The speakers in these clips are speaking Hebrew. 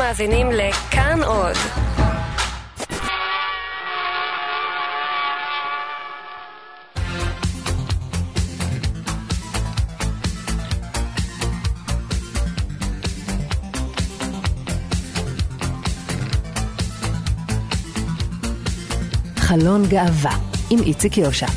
מאזינים לכאן עוד. חלון גאווה עם איציק יושע.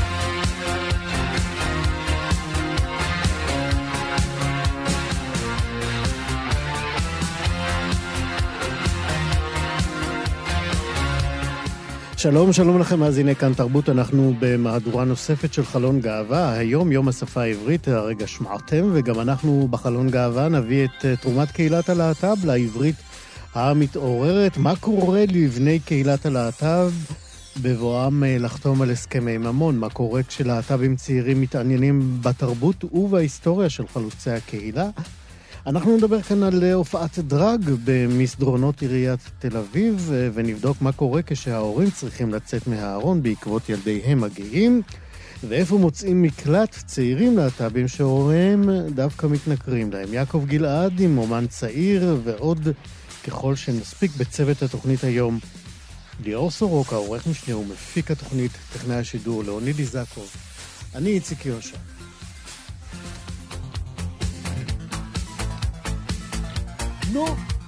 שלום, שלום לכם מאזיני כאן תרבות, אנחנו במהדורה נוספת של חלון גאווה. היום יום השפה העברית, הרגע שמעתם, וגם אנחנו בחלון גאווה נביא את תרומת קהילת הלהט"ב לעברית המתעוררת. מה קורה לבני קהילת הלהט"ב בבואם לחתום על הסכמי ממון? מה קורה כשלהט"בים צעירים מתעניינים בתרבות ובהיסטוריה של חלוצי הקהילה? אנחנו נדבר כאן על הופעת דרג במסדרונות עיריית תל אביב, ונבדוק מה קורה כשההורים צריכים לצאת מהארון בעקבות ילדיהם הגאים, ואיפה מוצאים מקלט צעירים להט"בים שהוריהם דווקא מתנכרים להם. יעקב גלעד עם אומן צעיר, ועוד ככל שנספיק בצוות התוכנית היום. ליאור סורוקה, עורך משנה ומפיק התוכנית, טכנאי השידור לאוניד איזקוב. אני איציק יושע. נו!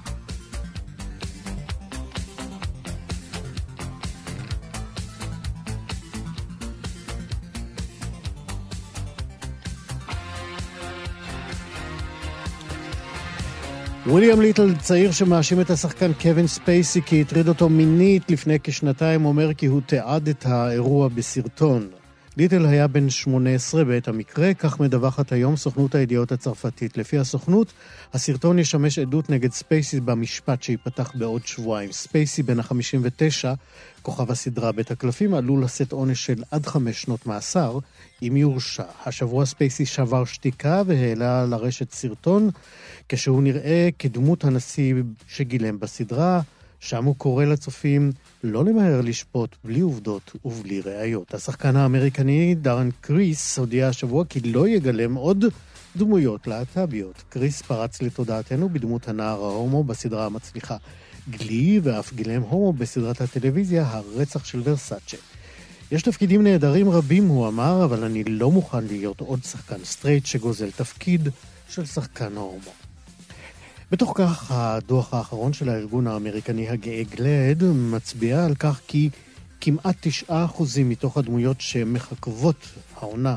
וויליאם ליטל, צעיר שמאשים את השחקן קווין ספייסי כי הטריד אותו מינית לפני כשנתיים, אומר כי הוא תיעד את האירוע בסרטון. ליטל היה בן 18 בעת המקרה, כך מדווחת היום סוכנות הידיעות הצרפתית. לפי הסוכנות, הסרטון ישמש עדות נגד ספייסי במשפט שיפתח בעוד שבועיים. ספייסי בן ה-59, כוכב הסדרה בית הקלפים, עלול לשאת עונש של עד 5 שנות מאסר, אם יורשע. השבוע ספייסי שבר שתיקה והעלה לרשת סרטון, כשהוא נראה כדמות הנשיא שגילם בסדרה, שם הוא קורא לצופים לא למהר לשפוט בלי עובדות ובלי ראיות. השחקן האמריקני דארן קריס הודיע השבוע כי לא יגלם עוד דמויות להט"ביות. קריס פרץ לתודעתנו בדמות הנער ההומו בסדרה המצליחה גלי, ואף גילם הומו בסדרת הטלוויזיה הרצח של ורסאצ'ה. יש תפקידים נהדרים רבים, הוא אמר, אבל אני לא מוכן להיות עוד שחקן סטרייט שגוזל תפקיד של שחקן הומו. בתוך כך, הדוח האחרון של הארגון האמריקני הגאה גלד מצביע על כך כי כמעט 9% מתוך הדמויות שמחכבות העונה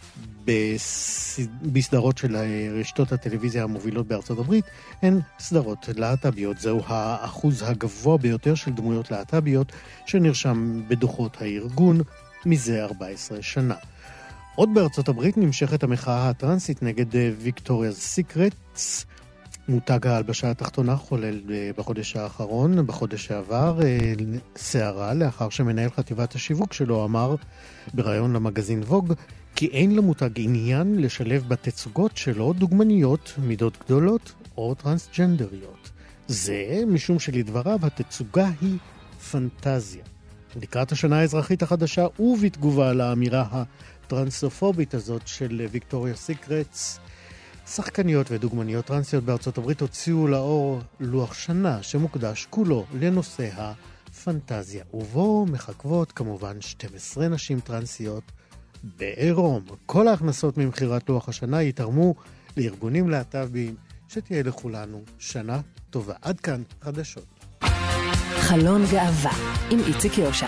בסדרות של רשתות הטלוויזיה המובילות בארצות הברית הן סדרות להט"ביות. זהו האחוז הגבוה ביותר של דמויות להט"ביות שנרשם בדוחות הארגון מזה 14 שנה. עוד בארצות הברית נמשכת המחאה הטרנסית נגד ויקטוריא's סיקרטס. מותג ההלבשה התחתונה חולל בחודש האחרון, בחודש שעבר, סערה לאחר שמנהל חטיבת השיווק שלו אמר בראיון למגזין ווג כי אין למותג עניין לשלב בתצוגות שלו דוגמניות מידות גדולות או טרנסג'נדריות. זה משום שלדבריו התצוגה היא פנטזיה. לקראת השנה האזרחית החדשה ובתגובה לאמירה הטרנסופובית הזאת של ויקטוריה סיקרטס, שחקניות ודוגמניות טרנסיות בארצות הברית הוציאו לאור לוח שנה שמוקדש כולו לנושא הפנטזיה, ובו מחכבות כמובן 12 נשים טרנסיות בעירום. כל ההכנסות ממחירת לוח השנה יתרמו לארגונים להט"בים. שתהיה לכולנו שנה טובה. עד כאן חדשות. חלון גאווה עם איציק יושע.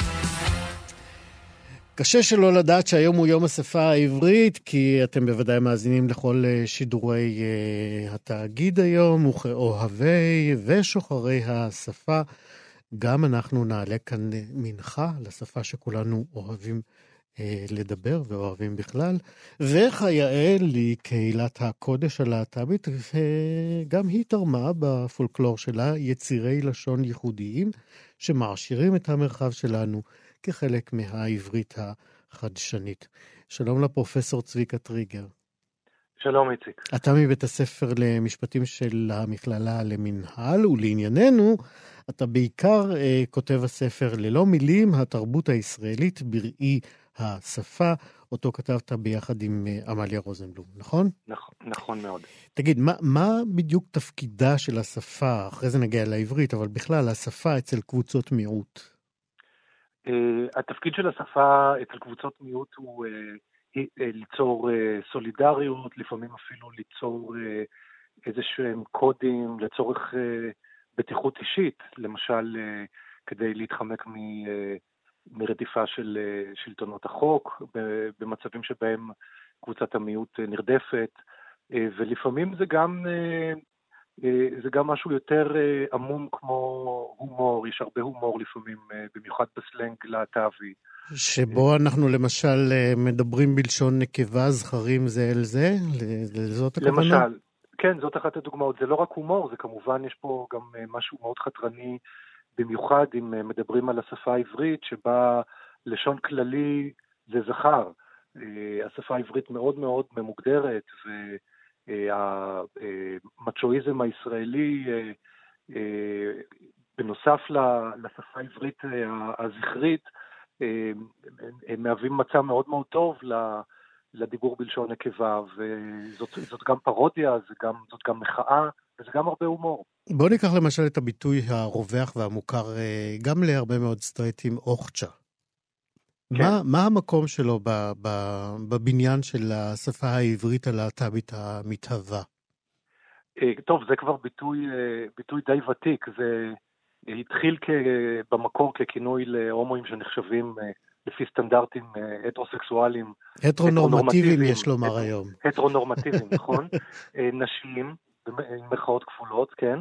קשה שלא לדעת שהיום הוא יום השפה העברית, כי אתם בוודאי מאזינים לכל שידורי התאגיד היום, וכאוהבי ושוחרי השפה, גם אנחנו נעלה כאן מנחה לשפה שכולנו אוהבים לדבר ואוהבים בכלל, וכיאה לקהילת הקודש הלהט"בית, גם היא תרמה בפולקלור שלה יצירי לשון ייחודיים, שמעשירים את המרחב שלנו, כחלק מהעברית החדשנית. שלום לפרופסור צביקה טריגר. שלום איציק. אתה מבית הספר למשפטים של המכללה למנהל, ולענייננו אתה בעיקר כותב הספר ללא מילים, התרבות הישראלית בראי השפה, אותו כתבת ביחד עם עמליה רוזנבלום, נכון? נכון מאוד. תגיד, מה בדיוק תפקידה של השפה, אחרי זה נגיע לעברית, אבל בכלל השפה אצל קבוצות מיעוט? התפקיד של השפה אצל קבוצות מיעוט הוא ליצור סולידריות, לפעמים אפילו ליצור איזשהם קודים לצורך בטיחות אישית, למשל כדי להתחמק מרדיפה של שלטונות החוק, במצבים שבהם קבוצת המיעוט נרדפת, ולפעמים זה גם משהו יותר עמום כמו הומור, יש הרבה הומור לפעמים, במיוחד בסלנג להט"בי. שבו אנחנו למשל מדברים בלשון נקבה, זכרים זה אל זה? זאת הכוונה? למשל, כן, זאת אחת הדוגמאות. זה לא רק הומור, זה כמובן יש פה גם משהו מאוד חתרני, במיוחד אם מדברים על השפה העברית, שבה לשון כללי זה זכר. השפה העברית מאוד מאוד ממוגדרת, והמצ'ואיזם הישראלי, בנוסף לשפה העברית הזכרית, הם מהווים מצע מאוד מאוד טוב לדיבור בלשון נקבה, וזאת גם פרודיה, זאת גם מחאה, וזה גם הרבה הומור. בוא ניקח למשל את הביטוי הרווח והמוכר גם להרבה מאוד סטרייטים, אוכצ'ה. כן. מה המקום שלו בבניין של השפה העברית הלהט"בית המתהווה? טוב, זה כבר ביטוי די ותיק, זה התחיל במקור ככינוי להומואים שנחשבים לפי סטנדרטים הטרוסקסואליים. הטרונורמטיביים יש לומר היום. הטרונורמטיביים, נכון. נשים, עם מחאות כפולות, כן.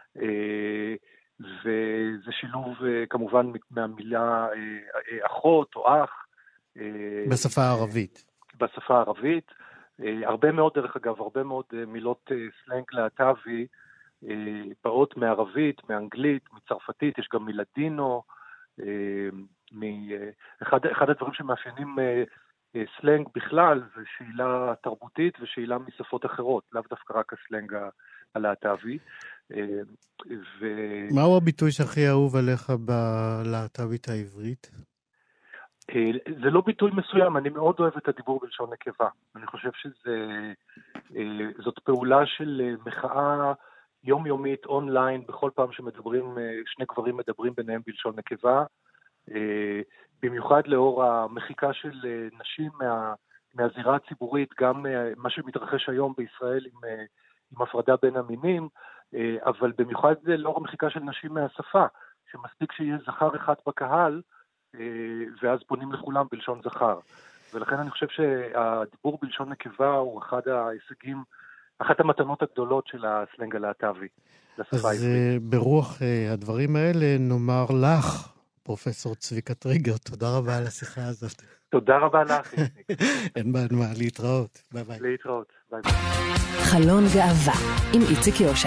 וזה שילוב כמובן מהמילה אחות או אח. בשפה הערבית. בשפה הערבית. הרבה מאוד, דרך אגב, הרבה מאוד מילות סלנג להט"בי, באות מערבית, מאנגלית, מצרפתית, יש גם מלדינו, אחד הדברים שמאפיינים סלנג בכלל, זה שאלה תרבותית ושאלה משפות אחרות, לאו דווקא רק הסלנג הלהט"בי. מהו הביטוי שהכי אהוב עליך בלהט"בית העברית? זה לא ביטוי מסוים, אני מאוד אוהב את הדיבור בלשון נקבה. אני חושב שזאת פעולה של מחאה יומיומית, אונליין, בכל פעם שמדברים, שני גברים מדברים ביניהם בלשון נקבה, במיוחד לאור המחיקה של נשים מהזירה הציבורית, גם מה שמתרחש היום בישראל עם הפרדה בין המינים, אבל במיוחד לאור המחיקה של נשים מהשפה, שמספיק שיהיה זכר אחד בקהל, ואז פונים לכולם בלשון זכר. ולכן אני חושב שהדיבור בלשון נקבה הוא אחד ההישגים, אחת המתנות הגדולות של הסלנג הלהט"בי. אז ברוח הדברים האלה נאמר לך, פרופסור צביקה טריגר, תודה רבה על השיחה הזאת. תודה רבה לך. אין בעד מה, להתראות. ביי ביי. להתראות. ביי ביי. חלון גאווה עם איציק יושע.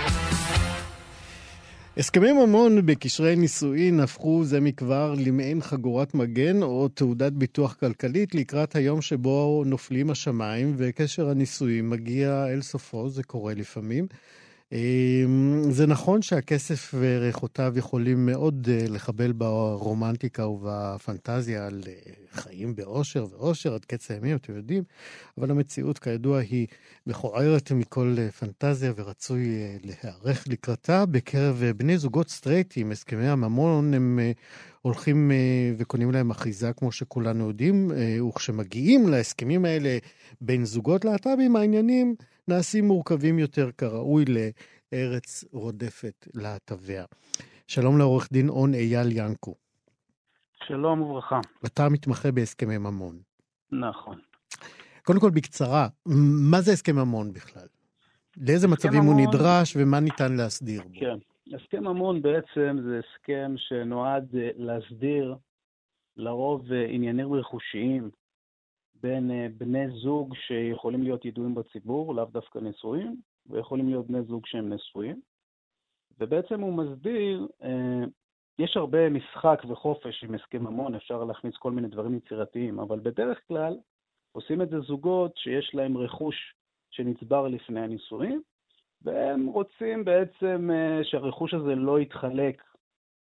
הסכמי ממון בקשרי נישואין הפכו זה מכבר למעין חגורת מגן או תעודת ביטוח כלכלית לקראת היום שבו נופלים השמיים וקשר הנישואים מגיע אל סופו, זה קורה לפעמים. זה נכון שהכסף וריחותיו יכולים מאוד לחבל ברומנטיקה ובפנטזיה על חיים באושר ואושר עד קץ הימים, אתם יודעים, אבל המציאות כידוע היא מכוערת מכל פנטזיה ורצוי להיערך לקראתה. בקרב בני זוגות סטרייטים, הסכמי הממון הם הולכים וקונים להם אחיזה כמו שכולנו יודעים, וכשמגיעים להסכמים האלה בין זוגות להט"בים, העניינים נעשים מורכבים יותר כראוי לארץ רודפת להט"ביה. שלום לעורך דין און אייל ינקו. שלום וברכה. אתה מתמחה בהסכמי ממון. נכון. קודם כל בקצרה, מה זה הסכם ממון בכלל? לאיזה מצבים הוא נדרש ומה ניתן להסדיר בו? כן, הסכם ממון בעצם זה הסכם שנועד להסדיר לרוב עניינים רכושיים בין בני זוג שיכולים להיות ידועים בציבור, לאו דווקא נשואים, ויכולים להיות בני זוג שהם נשואים. ובעצם הוא מסביר, יש הרבה משחק וחופש עם הסכם ממון, אפשר להכניס כל מיני דברים יצירתיים, אבל בדרך כלל עושים את זה זוגות שיש להם רכוש שנצבר לפני הנישואים, והם רוצים בעצם שהרכוש הזה לא יתחלק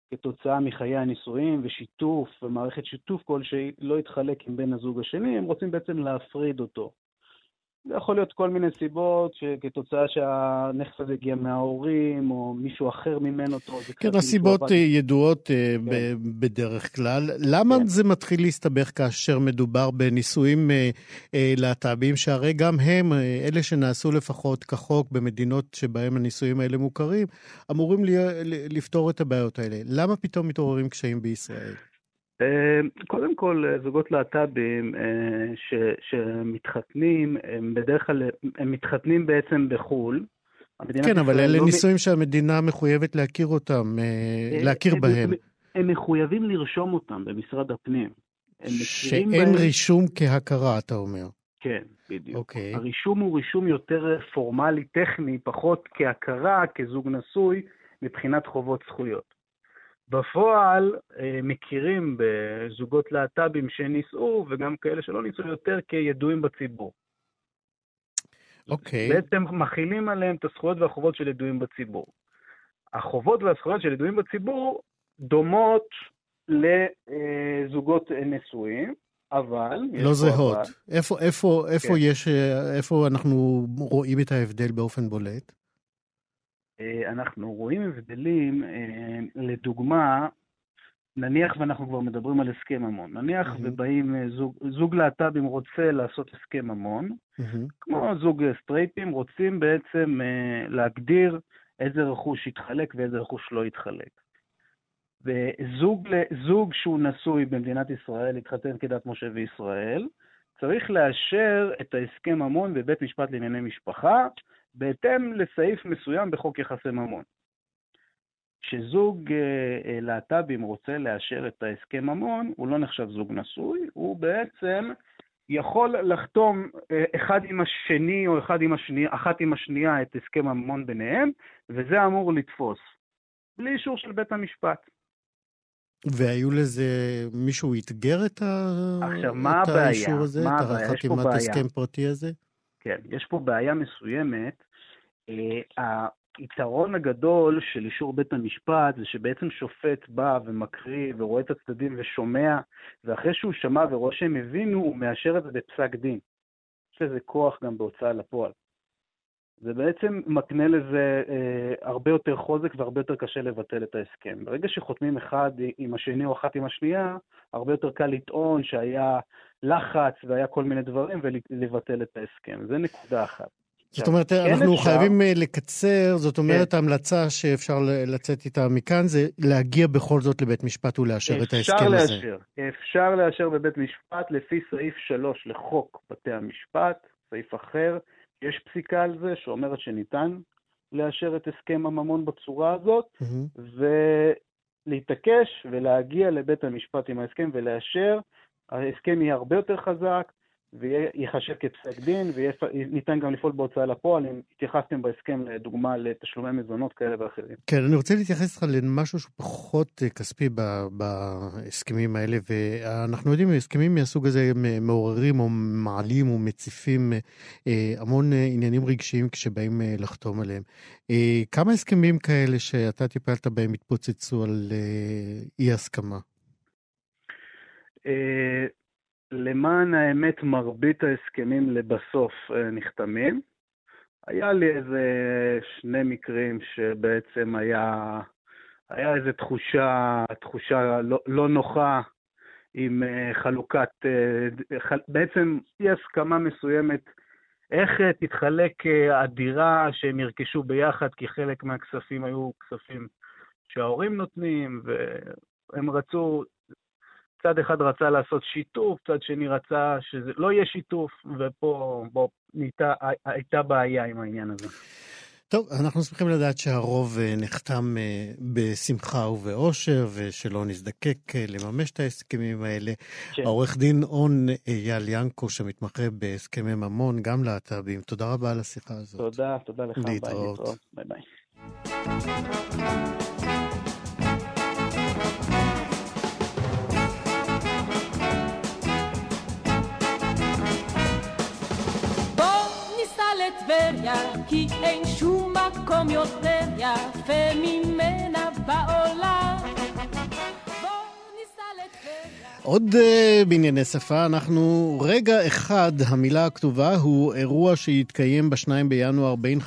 כתוצאה מחיי הנישואים ושיתוף ומערכת שיתוף כלשהי לא יתחלק עם בן הזוג השני, הם רוצים בעצם להפריד אותו. זה יכול להיות כל מיני סיבות שכתוצאה שהנכס הזה הגיע מההורים או מישהו אחר ממנו אותו. כן, הסיבות ידועות בדרך כלל. למה זה מתחיל להסתבך כאשר מדובר בנישואים להט"בים, שהרי גם הם, אלה שנעשו לפחות כחוק במדינות שבהם הנישואים האלה מוכרים, אמורים לפתור את הבעיות האלה. למה פתאום מתעוררים קשיים בישראל? קודם כל, זוגות להט"בים שמתחתנים, בדרך כלל הם מתחתנים בעצם בחול. כן, אבל אלה נישואים שהמדינה מחויבת להכיר אותם, להכיר בהם. הם מחויבים לרשום אותם במשרד הפנים. שאין רישום כהכרה, אתה אומר. כן, בדיוק. Okay. הרישום הוא רישום יותר פורמלי, טכני, פחות כהכרה, כזוג נשוי, מבחינת חובות זכויות. בפועל מכירים בזוגות להט"בים שנישאו, וגם כאלה שלא נישאו יותר כידועים בציבור. אוקיי. בעצם מכילים עליהם את הזכויות והחובות של ידועים בציבור. החובות והזכויות של ידועים בציבור דומות לזוגות נשואים, אבל... לא זהות. איפה אנחנו רואים את ההבדל באופן בולט? אנחנו רואים הבדלים, לדוגמה, נניח ואנחנו כבר מדברים על הסכם ממון, נניח ובאים זוג להט"בים רוצה לעשות הסכם ממון, כמו זוג סטרייטים רוצים בעצם להגדיר איזה רכוש יתחלק ואיזה רכוש לא יתחלק. וזוג שהוא נשוי במדינת ישראל, התחתן כדת משה וישראל, צריך לאשר את ההסכם ממון בבית משפט לענייני משפחה, בהתאם לסעיף מסוים בחוק יחסי ממון. כשזוג להט"בים רוצה לאשר את ההסכם ממון, הוא לא נחשב זוג נשוי, הוא בעצם יכול לחתום אחד עם השני או אחת עם השנייה את הסכם הממון ביניהם, וזה אמור לתפוס, בלי אישור של בית המשפט. והיו לזה, מישהו התגר את האישור הזה? מה את החתימת הסכם פרטי הזה? כן, יש פה בעיה מסוימת. היתרון הגדול של אישור בית המשפט זה שבעצם שופט בא ומקריא ורואה את הצדדים ושומע, ואחרי שהוא שמע ורואה שהם הבינו, הוא מאשר את זה בפסק דין. יש לזה כוח גם בהוצאה לפועל. זה בעצם מקנה לזה הרבה יותר חוזק והרבה יותר קשה לבטל את ההסכם. ברגע שחותמים אחד עם השני או אחת עם השנייה, הרבה יותר קל לטעון שהיה לחץ והיה כל מיני דברים ולבטל את ההסכם. זה נקודה אחת. זאת אומרת, אנחנו חייבים לקצר, זאת אומרת, ההמלצה שאפשר לצאת איתה מכאן, זה להגיע בכל זאת לבית משפט ולאשר את ההסכם הזה. אפשר לאשר בבית משפט לפי סעיף 3 לחוק בתי המשפט, סעיף אחר, יש פסיקה על זה שאומרת שניתן לאשר את הסכם הממון בצורה הזאת, ולהתעקש ולהגיע לבית המשפט עם ההסכם ולאשר, ההסכם יהיה הרבה יותר חזק, ויחשב כפסק דין, וניתן גם לפעול בהוצאה לפועל, אם התייחסתם בהסכם לדוגמה לתשלומי מזונות כאלה ואחרים. כן, אני רוצה להתייחס לך למשהו שהוא פחות כספי בהסכמים האלה, ואנחנו יודעים, הסכמים מהסוג הזה מעוררים או מעלים או מציפים המון עניינים רגשיים כשבאים לחתום עליהם. כמה הסכמים כאלה שאתה טיפלת בהם התפוצצו על אי הסכמה? למען האמת, מרבית ההסכמים לבסוף נחתמים. היה לי איזה 2 מקרים שבעצם היה איזה תחושה לא נוחה עם חלוקת, בעצם אי הסכמה מסוימת, איך תתחלק הדירה שהם ירכשו ביחד, כי חלק מהכספים היו כספים שההורים נותנים, והם רצו, צד אחד רצה לעשות שיתוף, צד שני רצה שזה לא יהיה שיתוף, ופה הייתה בעיה עם העניין הזה. טוב, אנחנו שמחים לדעת שהרוב נחתם בשמחה ובאושר, ושלא נזדקק לממש את ההסכמים האלה. כן. העורך דין און אייל ינקו, שמתמחה בהסכמי ממון, גם להט"בים. תודה רבה על השיחה הזאת. תודה לך. להתראות. ביי ביי. כי אין שום מקום יותר יפה ממנה בעולם. עוד בענייני שפה, אנחנו רגע אחד, המילה הכתובה הוא אירוע שיתקיים ב2 בינואר בין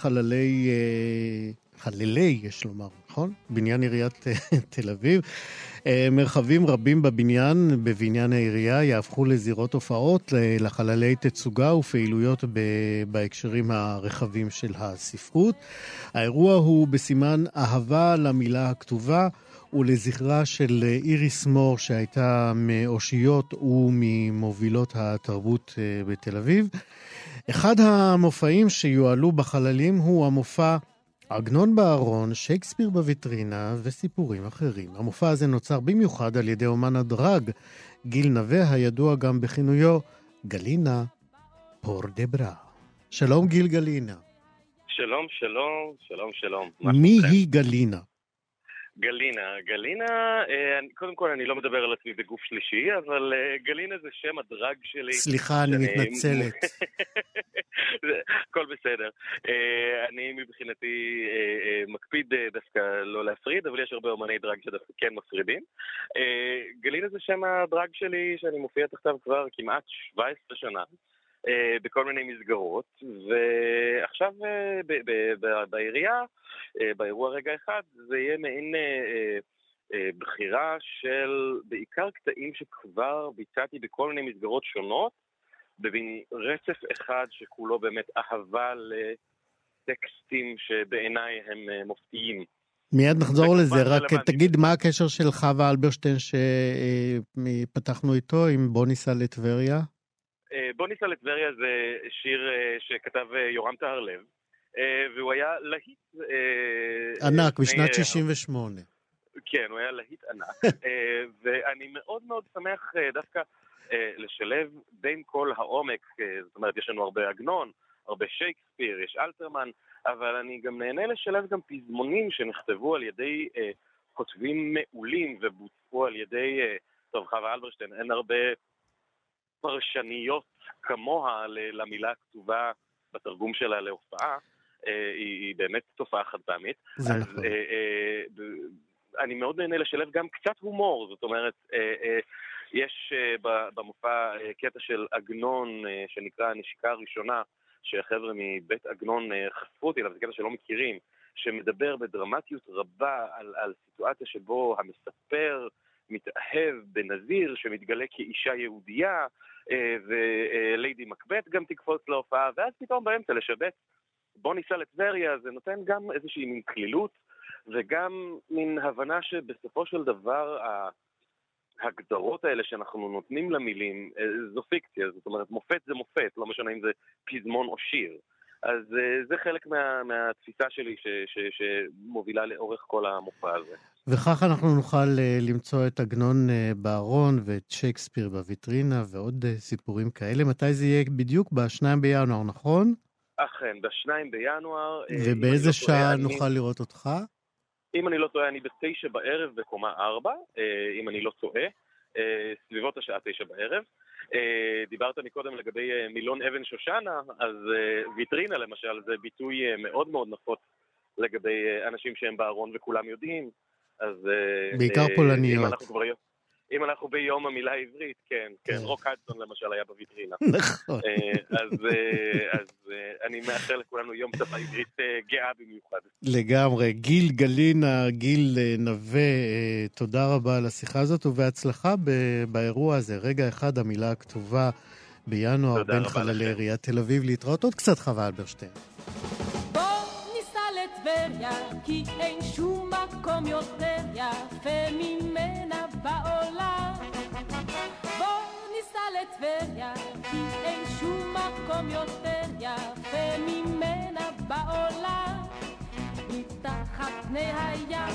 חללי, יש לומר, נכון? בניין עיריית תל אביב. מרחבים רבים בבניין העירייה יהפכו לזירות הופעות, לחללי תצוגה ופעילויות בהקשרים הרחבים של הספרות. האירוע הוא בסימן אהבה למילה הכתובה, ולזכרה של איריס מור שהייתה מאושיות וממובילות התרבות בתל אביב. אחד המופעים שיועלו בחללים הוא המופע עגנון בארון, שייקספיר בוויטרינה וסיפורים אחרים. המופע הזה נוצר במיוחד על ידי אומן הדרג גיל נווה, הידוע גם בכינויו גלינה פור דברה. שלום גיל גלינה. שלום, שלום, שלום, שלום. מי היא גלינה? גלינה, קודם כל אני לא מדבר על עצמי בגוף שלישי, אבל גלינה זה שם הדרג שלי. סליחה, אני מתנצלת. הכל בסדר. אני מבחינתי מקפיד דווקא לא להפריד, אבל יש הרבה אומני דרג שדווקא כן מפרידים. גלינה זה שם הדרג שלי שאני מופיע תחתיו כבר כמעט 17 שנה. בכל מיני מסגרות, ועכשיו בעירייה, באירוע רגע אחד, זה יהיה מעין בחירה של בעיקר קטעים שכבר ביצעתי בכל מיני מסגרות שונות, בבין רצף אחד שכולו באמת אהבה לטקסטים שבעיניי הם מופתיים. מיד נחזור לזה, רק תגיד מה הקשר של חווה אלברשטיין שפתחנו איתו עם בוא ניסע לטבריה? בוא ניסע לטבריה זה שיר שכתב יורם טהרלב, והוא היה להיט ענק בשנת 68. כן, הוא היה להיט ענק, ואני מאוד מאוד שמח דווקא לשלב בין כל העומק, זאת אומרת יש לנו הרבה עגנון, הרבה שייקספיר, יש אלתרמן, אבל אני גם נהנה לשלב גם פזמונים שנכתבו על ידי כותבים מעולים ובוצעו על ידי, טוב, חווה אלברשטיין, אין הרבה פרשניות כמוה למילה הכתובה בתרגום שלה להופעה, היא באמת תופעה חד פעמית. אז נכון. אני מאוד נהנה לשלב גם קצת הומור, זאת אומרת, יש במופע קטע של עגנון שנקרא הנשיקה הראשונה, שהחבר'ה מבית עגנון חשפו אותי, אבל זה קטע שלא מכירים, שמדבר בדרמטיות רבה על סיטואציה שבו המספר מתאהב בנזיר שמתגלה כאישה יהודייה, וליידי מקבט גם תקפוץ להופעה, ואז פתאום באמצע לשבץ בוא ניסע לטבריה, זה נותן גם איזושהי מין כלילות, וגם מין הבנה שבסופו של דבר ההגדרות האלה שאנחנו נותנים למילים, זו פיקציה, זאת אומרת מופת זה מופת, לא משנה אם זה פזמון או שיר. אז זה חלק מהתפיסה שלי שמובילה לאורך כל המופע הזה. וכך אנחנו נוכל למצוא את עגנון בארון ואת שייקספיר בוויטרינה ועוד סיפורים כאלה. מתי זה יהיה בדיוק? ב2 בינואר, נכון? אכן, ב2 בינואר. ובאיזה שעה נוכל לראות אותך? אם אני לא טועה, אני ב9 בערב בקומה 4, אם אני לא טועה, סביבות השעה 9 בערב. דיברת מקודם לגבי מילון אבן שושנה, אז ויטרינה למשל זה ביטוי מאוד מאוד נפוץ לגבי אנשים שהם בארון וכולם יודעים, אז בעיקר פולניות. אם אנחנו ביום המילה העברית, כן, רוק הדסון למשל היה בוויטרינה. נכון. אז אני מאחל לכולנו יום שפה עברית גאה במיוחד. לגמרי. גיל גלינה, גיל נווה, תודה רבה על השיחה הזאת ובהצלחה באירוע הזה. רגע אחד, המילה הכתובה בינואר בין חללי עיריית תל אביב. להתראות עוד קצת חווה אלברשטיין. בוא ניסע לטבריה, כי אין שום מקום יותר יפה ממנה בעולם. בוא ניסע לטבריה, כי אין שום מקום יותר יפה ממנה בעולם. מתחת פני הים.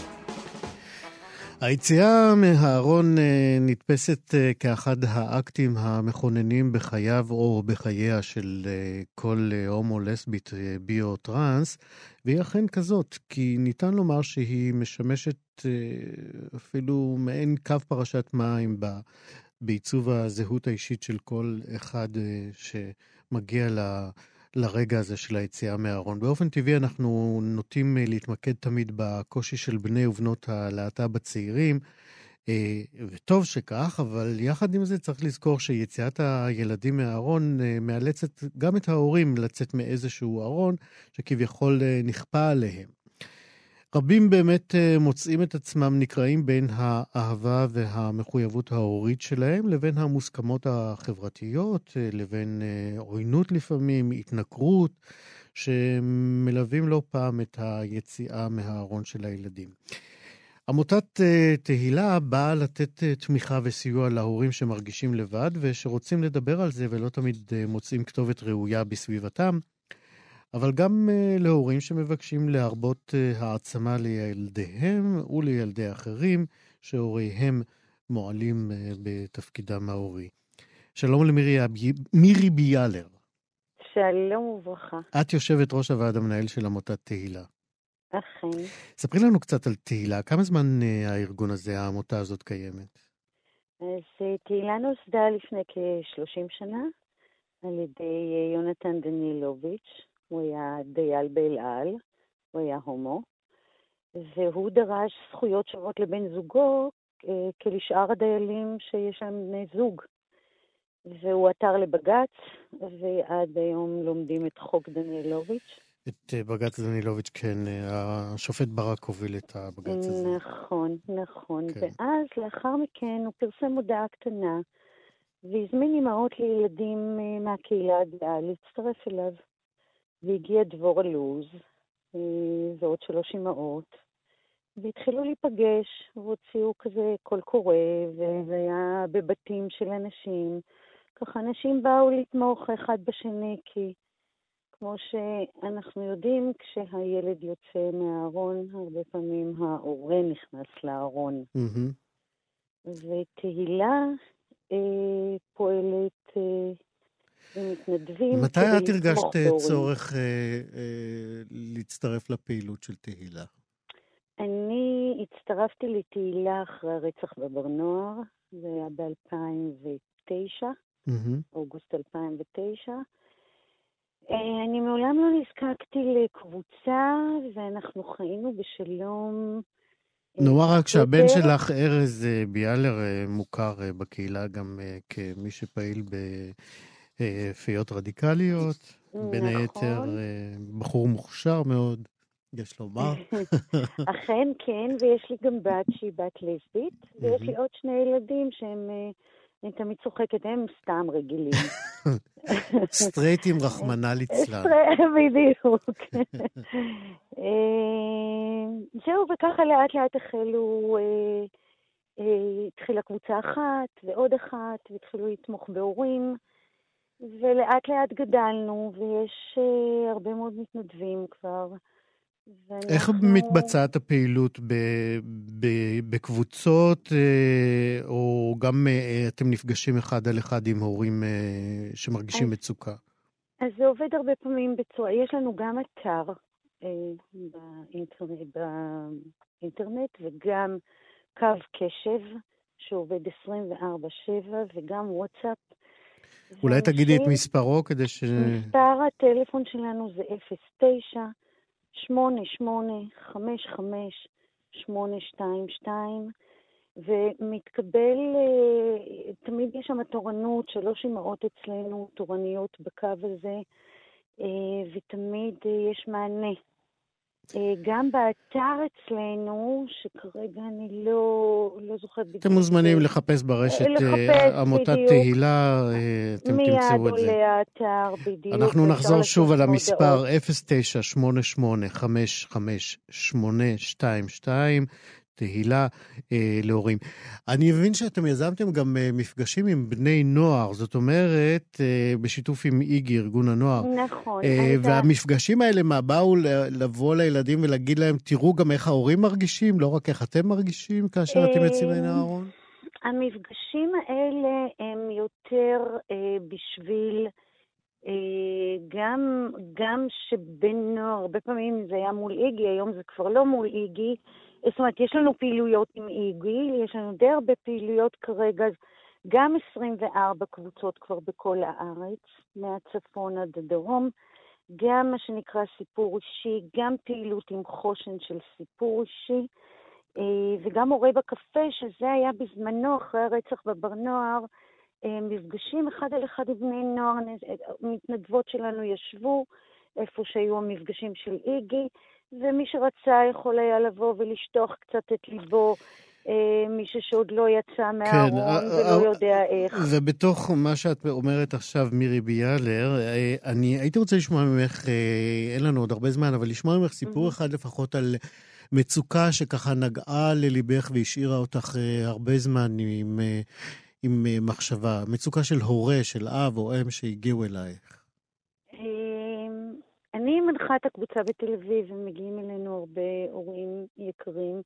היציאה מהארון נתפסת כאחד האקטים המכוננים בחייו או בחייה של כל הומו, לסבית, בי או טרנס, והיא אכן כזאת, כי ניתן לומר שהיא משמשת אפילו מעין קו פרשת מים בעיצוב הזהות האישית של כל אחד שמגיע לרגע הזה של היציאה מהארון. באופן טבעי אנחנו נוטים להתמקד תמיד בקושי של בני ובנות הלהט"ב הצעירים, וטוב שכך, אבל יחד עם זה צריך לזכור שיציאת הילדים מהארון מאלצת גם את ההורים לצאת מאיזשהו ארון שכביכול נכפה עליהם. רבים באמת מוצאים את עצמם נקראים בין האהבה והמחויבות ההורית שלהם לבין המוסכמות החברתיות, לבין עוינות לפעמים, התנכרות, שמלווים לא פעם את היציאה מהארון של הילדים. עמותת תהילה באה לתת תמיכה וסיוע להורים שמרגישים לבד ושרוצים לדבר על זה ולא תמיד מוצאים כתובת ראויה בסביבתם, אבל גם להורים שמבקשים להרבות העצמה לילדיהם ולילדי אחרים שהוריהם מועלים בתפקידם ההורי. שלום למירי ביאלר. שלום וברכה. את יושבת ראש הוועד המנהל של עמותת תהילה. אכן. ספרי לנו קצת על תהילה. כמה זמן הארגון הזה, העמותה הזאת קיימת? אז תהילה נוסדה לפני כ-30 שנה על ידי יונתן דנילוביץ'. הוא היה דייל באל על, הוא היה הומו, והוא דרש זכויות שוות לבן זוגו כשאר הדיילים שיש להם בני זוג. והוא עתר לבג"ץ, ועד היום לומדים את חוק דנילוביץ'. את בג"ץ דנילוביץ', כן, השופט ברק הוביל את הבג"ץ הזה. נכון. כן. ואז לאחר מכן הוא פרסם מודעה קטנה, והזמין אמהות לילדים מהקהילה הגאה להצטרף אליו. והגיע דבורה לוז, ועוד 3 אמהות, והתחילו להיפגש, והוציאו כזה קול קורא, וזה היה בבתים של אנשים. ככה אנשים באו לתמוך אחד בשני, כי כמו שאנחנו יודעים, כשהילד יוצא מהארון, הרבה פעמים ההורה נכנס לארון. ותהילה פועלת ומתנדבים. מתי את הרגשת צורך להצטרף לפעילות של תהילה? אני הצטרפתי לתהילה אחרי הרצח בבר נוער, זה היה ב-2009, אוגוסט 2009. אני מעולם לא נזקקתי לקבוצה, ואנחנו חיינו בשלום. נורא רק שהבן שלך, ארז ביאלר, מוכר בקהילה גם כמי שפעיל בפיות רדיקליות, בין היתר בחור מוכשר מאוד, יש לומר. אכן כן, ויש לי גם בת שהיא בת לסבית, ויש לי עוד 2 ילדים שהם, אני תמיד צוחקת, הם סתם רגילים. סטרייטים רחמנא ליצלן. בדיוק. זהו, וככה לאט לאט התחילה קבוצה אחת ועוד אחת, והתחילו לתמוך בהורים, ולאט לאט גדלנו, ויש הרבה מאוד מתנדבים כבר. איך מתבצעת הפעילות בקבוצות, או גם אתם נפגשים אחד על אחד עם הורים שמרגישים מצוקה? אז זה עובד הרבה פעמים בצורה, יש לנו גם אתר באינטרנט וגם קו קשב שעובד 24/7 וגם וואטסאפ. אולי תגידי את מספרו כדי ש... מספר הטלפון שלנו זה 09-88-55-822, ומתקבל, תמיד יש שם תורנות, 3 אמהות אצלנו תורניות בקו הזה, ותמיד יש מענה. גם באתר אצלנו, שכרגע אני לא זוכרת בדיוק. אתם מוזמנים לחפש ברשת עמותת תהילה, אתם תמצאו את זה. מיד עולה האתר, בדיוק. אנחנו נחזור שוב על המספר 09-88-55-822, תהילה להורים. אני מבין שאתם יזמתם גם מפגשים עם בני נוער, זאת אומרת, בשיתוף עם איגי, ארגון הנוער. נכון. והמפגשים האלה, מה, באו לבוא לילדים ולהגיד להם, תראו גם איך ההורים מרגישים, לא רק איך אתם מרגישים כאשר אתם יוצאים מן הארון? המפגשים האלה הם יותר בשביל... גם שבן נוער, הרבה פעמים זה היה מול איגי, היום זה כבר לא מול איגי, זאת אומרת, יש לנו פעילויות עם איגי, יש לנו די הרבה פעילויות כרגע, גם 24 קבוצות כבר בכל הארץ, מהצפון עד הדרום, גם מה שנקרא סיפור אישי, גם פעילות עם חושן של סיפור אישי, וגם מורה בקפה, שזה היה בזמנו אחרי הרצח בבר נוער, מפגשים אחד על אחד עם בני נוער, מתנדבות שלנו ישבו איפה שהיו המפגשים של איגי, ומי שרצה יכול היה לבוא ולשטוח קצת את ליבו, מישהו שעוד לא יצא מהארון ולא יודע איך. ובתוך מה שאת אומרת עכשיו, מירי ביאלר, אני הייתי רוצה לשמוע ממך, אין לנו עוד הרבה זמן, אבל לשמוע ממך סיפור אחד לפחות על מצוקה שככה נגעה לליבך והשאירה אותך הרבה זמן עם מחשבה. מצוקה של הורה, של אב או אם שהגיעו אלייך. אני מנחה את הקבוצה בתל אביב, ומגיעים אלינו הרבה הורים יקרים,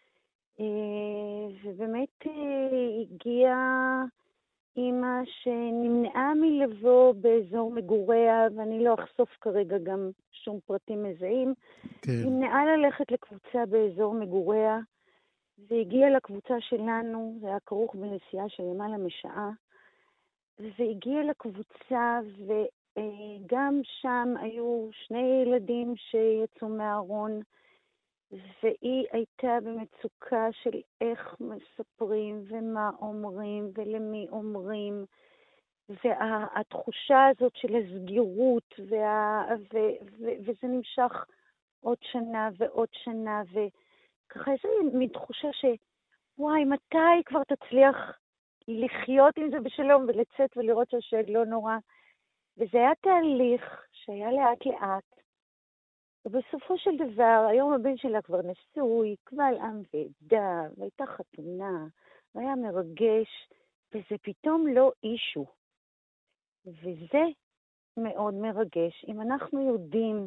ובאמת הגיעה אמא שנמנעה מלבוא באזור מגוריה, ואני לא אחשוף כרגע גם שום פרטים מזהים, נמנעה ללכת לקבוצה באזור מגוריה, והגיעה לקבוצה שלנו, זה היה כרוך בנסיעה של למעלה משעה, והגיעה לקבוצה וגם שם היו 2 ילדים שיצאו מהארון, והיא הייתה במצוקה של איך מספרים ומה אומרים ולמי אומרים, והתחושה הזאת של הסגירות, וזה נמשך עוד שנה ועוד שנה, וככה איזו מין תחושה שוואי, מתי כבר תצליח לחיות עם זה בשלום ולצאת ולראות שהשד לא נורא. וזה היה תהליך שהיה לאט לאט, ובסופו של דבר, היום הבן שלה כבר נשוי, קבל עם ועדה, והייתה חתונה, והיה מרגש, וזה פתאום לא אישו. וזה מאוד מרגש. אם אנחנו יודעים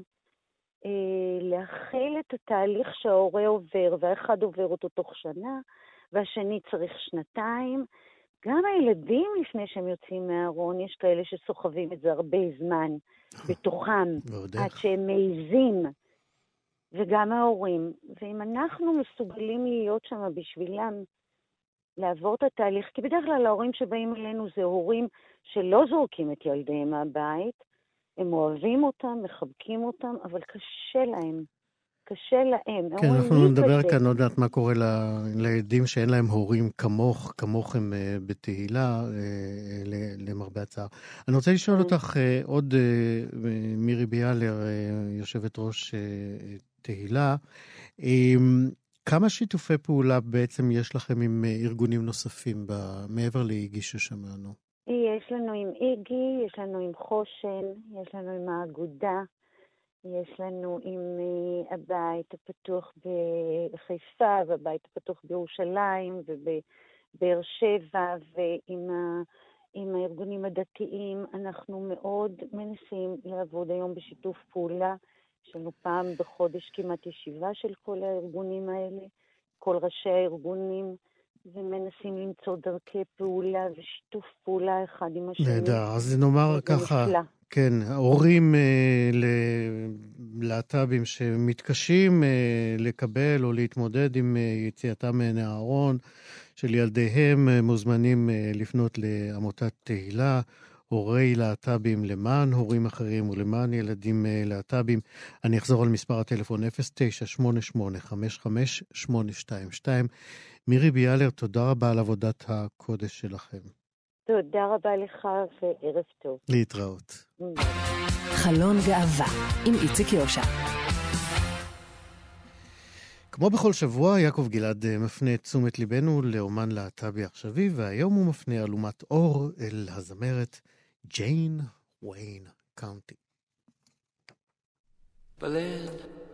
להכיל את התהליך שההורה עובר, והאחד עובר אותו תוך שנה, והשני צריך 2, גם הילדים לפני שהם יוצאים מהארון, יש כאלה שסוחבים את זה הרבה זמן בתוכם, עד שהם מעיזים, וגם ההורים. ואם אנחנו מסוגלים להיות שם בשבילם, לעבור את התהליך, כי בדרך כלל ההורים שבאים אלינו זה הורים שלא זורקים את ילדיהם מהבית, הם אוהבים אותם, מחבקים אותם, אבל קשה להם. קשה להם. כן, אנחנו נדבר כאן עוד מעט מה קורה לילדים שאין להם הורים כמוך הם בתהילה, למרבה הצער. אני רוצה לשאול אותך עוד, מירי ביאלר, יושבת ראש תהילה, כמה שיתופי פעולה בעצם יש לכם עם ארגונים נוספים מעבר לאיגי ששמענו? יש לנו עם איגי, יש לנו עם חושן, יש לנו עם האגודה, יש לנו עם הבית הפתוח בחיפה, והבית הפתוח בירושלים ובבאר שבע, ועם הארגונים הדתיים. אנחנו מאוד מנסים לעבוד היום בשיתוף פעולה. יש לנו פעם בחודש כמעט ישיבה של כל הארגונים האלה, כל ראשי הארגונים, ומנסים למצוא דרכי פעולה ושיתוף פעולה אחד עם השני. נהדר, אז נאמר ככה, כן, ההורים ללהט"בים שמתקשים לקבל או להתמודד עם יציאתם מהארון של ילדיהם, מוזמנים לפנות לעמותת תהילה, הורי להט"בים למען הורים אחרים ולמען ילדים להט"בים. אני אחזור על מספר הטלפון 0988555822. מירי ביאלר, תודה רבה על עבודת הקודש שלכם. תודה רבה לך וערב טוב. להתראות. חלון גאווה עם איציק יושע. כמו בכל שבוע, יעקב גלעד מפנה את תשומת ליבנו לאומן להט"בי עכשווי, והיום הוא מפנה אלומת אור אל הזמרת ג'יין ויין קאונטי. בלד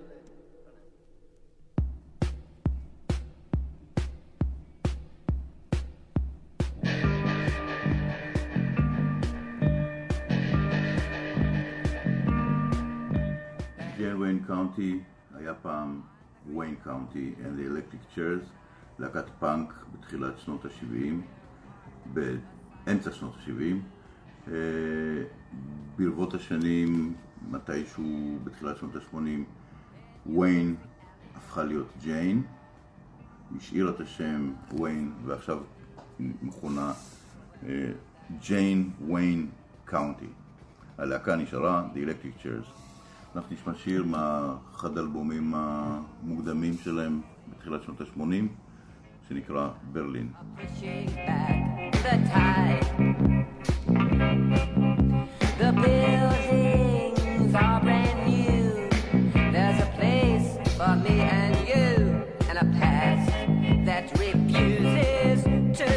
ג'יין ויין קאונטי היה פעם ויין קאונטי and the Electric Chairs, להקת פאנק בתחילת שנות ה-70, באמצע שנות ה-70. ברבות השנים, מתישהו בתחילת שנות ה-80, ויין הפכה להיות ג'יין, השאירה את השם ויין, ועכשיו מכונה ג'יין ויין קאונטי. הלהקה נשארה The Electric Chairs. אנחנו נשמע שיר מאחד האלבומים המוקדמים שלהם בתחילת שנות ה-80, שנקרא ברלין. The buildings are brand new. There's a place for me and you, and a past that refuses to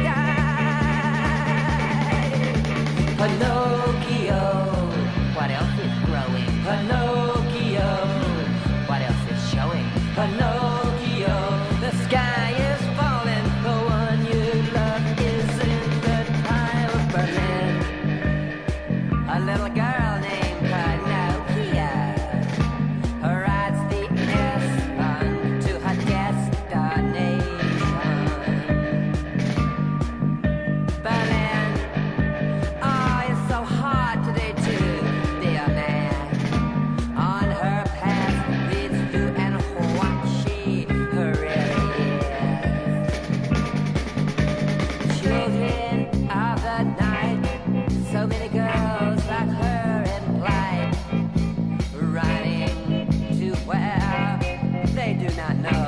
die. Pinocchio, what else is growing? Pinocchio, what else is showing? Pinocchio, the sky is falling. The one you love is in the time of Berlin. A little girl named Pinocchio rides the S-Bahn to her destination. Berlin, oh, it's so hard today to be a man. On her path leads who and what she really is. Children of the night, so many girls like her in flight, running to where they do not know.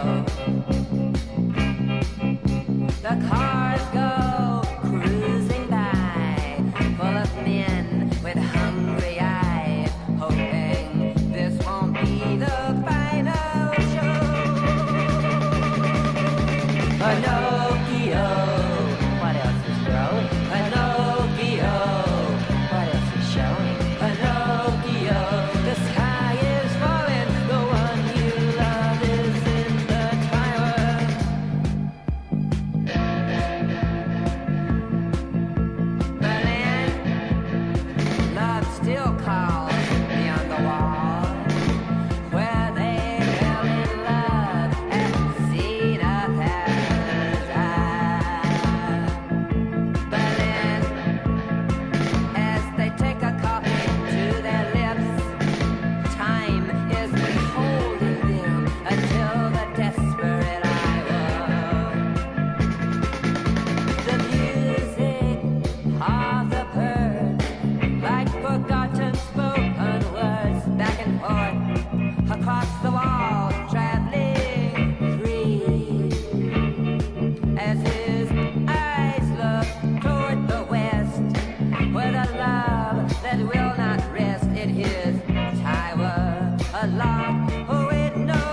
The cars go cruising by, full of men with hungry eyes, hoping this won't be the final show. Pinocchio, what else is growing? Pinocchio, what else is showing? Pinocchio, the sky is falling. The one you love is in the tower. Berlin, love still calls beyond the wall, where they fell in love and seen a paradise. Berlin, as they take a coffee to their lips, time is beholding them until the desperate hour. The music of the birds, like forgotten spoken words, back and forth across the wall, traveling free. As his eyes look toward the west, where the love that will not rest in his tower, along with no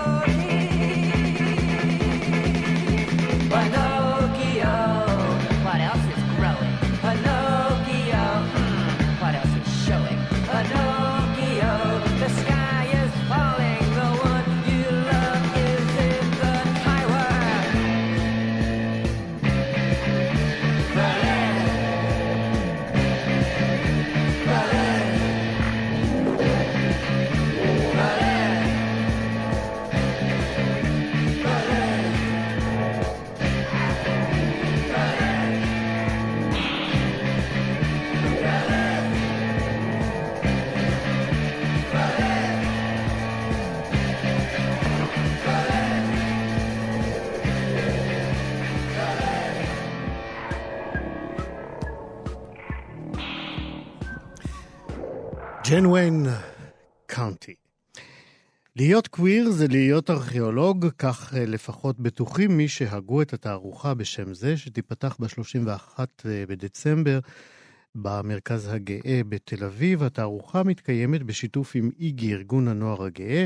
peace. Pinocchio, what else is growing? Pinocchio, what else is showing? Pinocchio, the sky is falling. The one you love is in the tower. Berlin, Berlin, ג'ן ויין קאונטי. להיות קוויר זה להיות ארכיאולוג, כך לפחות בטוחים מי שהגו את התערוכה בשם זה, שתיפתח ב-31 בדצמבר במרכז הגאה בתל אביב. התערוכה מתקיימת בשיתוף עם איגי, ארגון הנוער הגאה,